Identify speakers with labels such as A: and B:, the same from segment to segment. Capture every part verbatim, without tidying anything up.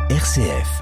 A: R C F.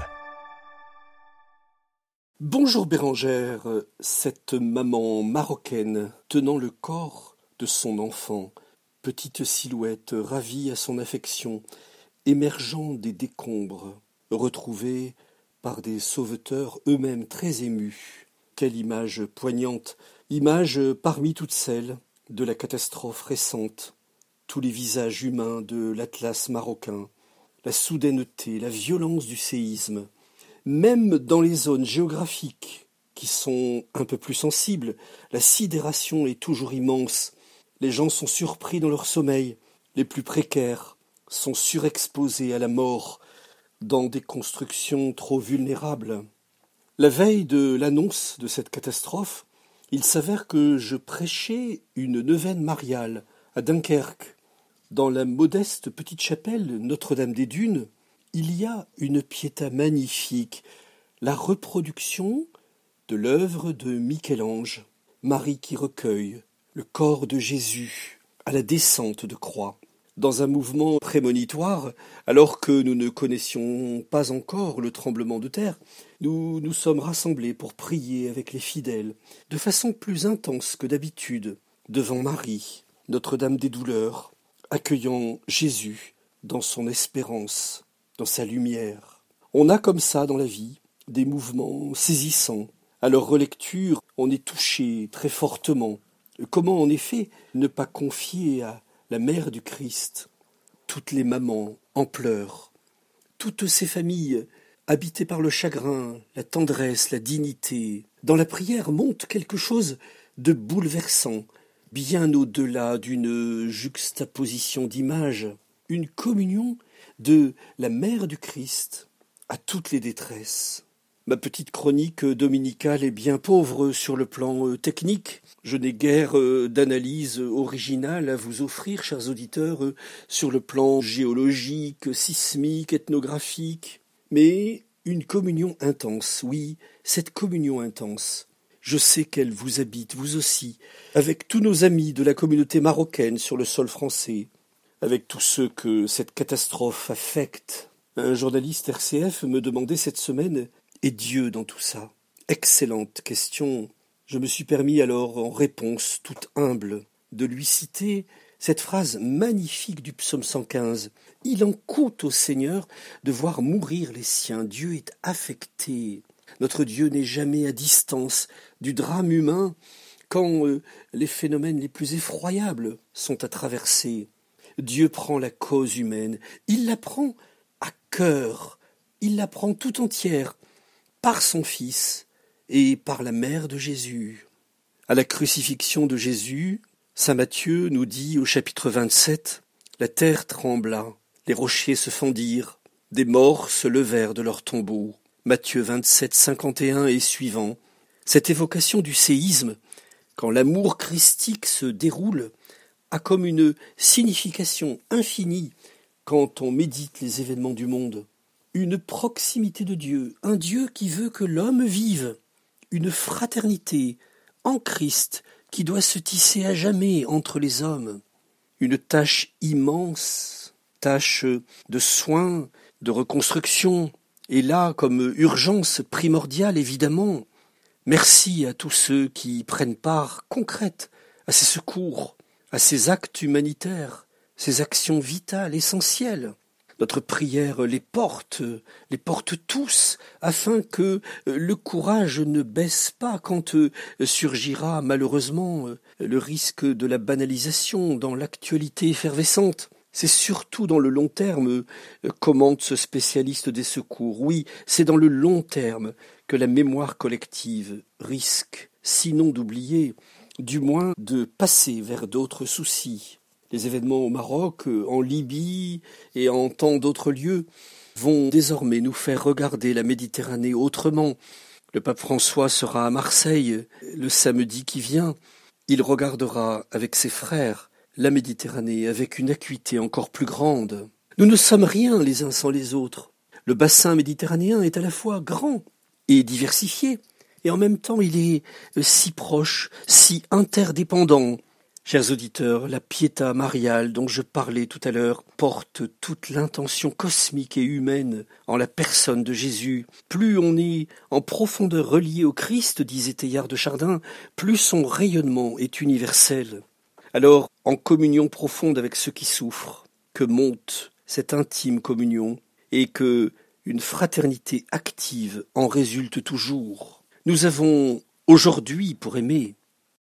B: Bonjour Bérengère, cette maman marocaine tenant le corps de son enfant, petite silhouette ravie à son affection, émergeant des décombres, retrouvée par des sauveteurs eux-mêmes très émus. Quelle image poignante, image parmi toutes celles de la catastrophe récente, tous les visages humains de l'Atlas marocain, la soudaineté, la violence du séisme. Même dans les zones géographiques qui sont un peu plus sensibles, la sidération est toujours immense. Les gens sont surpris dans leur sommeil. Les plus précaires sont surexposés à la mort dans des constructions trop vulnérables. La veille de l'annonce de cette catastrophe, il s'avère que je prêchais une neuvaine mariale à Dunkerque. Dans la modeste petite chapelle Notre-Dame-des-Dunes, il y a une piéta magnifique, la reproduction de l'œuvre de Michel-Ange, Marie qui recueille le corps de Jésus à la descente de croix. Dans un mouvement prémonitoire, alors que nous ne connaissions pas encore le tremblement de terre, nous nous sommes rassemblés pour prier avec les fidèles, de façon plus intense que d'habitude, devant Marie, Notre-Dame des douleurs, accueillant Jésus dans son espérance, dans sa lumière. On a comme ça dans la vie des mouvements saisissants. À leur relecture, on est touché très fortement. Comment en effet ne pas confier à la mère du Christ toutes les mamans en pleurs, toutes ces familles habitées par le chagrin, la tendresse, la dignité. Dans la prière monte quelque chose de bouleversant, bien au-delà d'une juxtaposition d'images, une communion de la mère du Christ à toutes les détresses. Ma petite chronique dominicale est bien pauvre sur le plan technique. Je n'ai guère d'analyse originale à vous offrir, chers auditeurs, sur le plan géologique, sismique, ethnographique. Mais une communion intense, oui, cette communion intense. Je sais qu'elle vous habite, vous aussi, avec tous nos amis de la communauté marocaine sur le sol français, avec tous ceux que cette catastrophe affecte. Un journaliste R C F me demandait cette semaine « Et Dieu dans tout ça ?» Excellente question. Je me suis permis alors, en réponse toute humble, de lui citer cette phrase magnifique du psaume cent quinze. « Il en coûte au Seigneur de voir mourir les siens. Dieu est affecté. Notre Dieu n'est jamais à distance du drame humain quand euh, les phénomènes les plus effroyables sont à traverser. Dieu prend la cause humaine. Il la prend à cœur. Il la prend tout entière par son Fils et par la mère de Jésus. » À la crucifixion de Jésus, saint Matthieu nous dit au chapitre vingt-sept, « La terre trembla, les rochers se fendirent, des morts se levèrent de leurs tombeaux. » Matthieu vingt-sept, cinquante et un et suivant. Cette évocation du séisme, quand l'amour christique se déroule, a comme une signification infinie quand on médite les événements du monde. Une proximité de Dieu, un Dieu qui veut que l'homme vive, une fraternité en Christ qui doit se tisser à jamais entre les hommes, une tâche immense, tâche de soins, de reconstruction, et là comme urgence primordiale évidemment. Merci à tous ceux qui prennent part concrète à ces secours, à ces actes humanitaires, ces actions vitales, essentielles. Notre prière les porte, les porte tous, afin que le courage ne baisse pas quand surgira malheureusement le risque de la banalisation dans l'actualité effervescente. C'est surtout dans le long terme, commente ce spécialiste des secours. Oui, c'est dans le long terme que la mémoire collective risque, sinon d'oublier, du moins de passer vers d'autres soucis. Les événements au Maroc, en Libye et en tant d'autres lieux vont désormais nous faire regarder la Méditerranée autrement. Le pape François sera à Marseille le samedi qui vient. Il regardera avec ses frères la Méditerranée avec une acuité encore plus grande. Nous ne sommes rien les uns sans les autres. Le bassin méditerranéen est à la fois grand et diversifié, et en même temps il est si proche, si interdépendant. Chers auditeurs, la pietà mariale dont je parlais tout à l'heure porte toute l'intention cosmique et humaine en la personne de Jésus. Plus on est en profondeur relié au Christ, disait Teilhard de Chardin, plus son rayonnement est universel. Alors, en communion profonde avec ceux qui souffrent, que monte cette intime communion et que une fraternité active en résulte toujours. Nous avons aujourd'hui, pour aimer,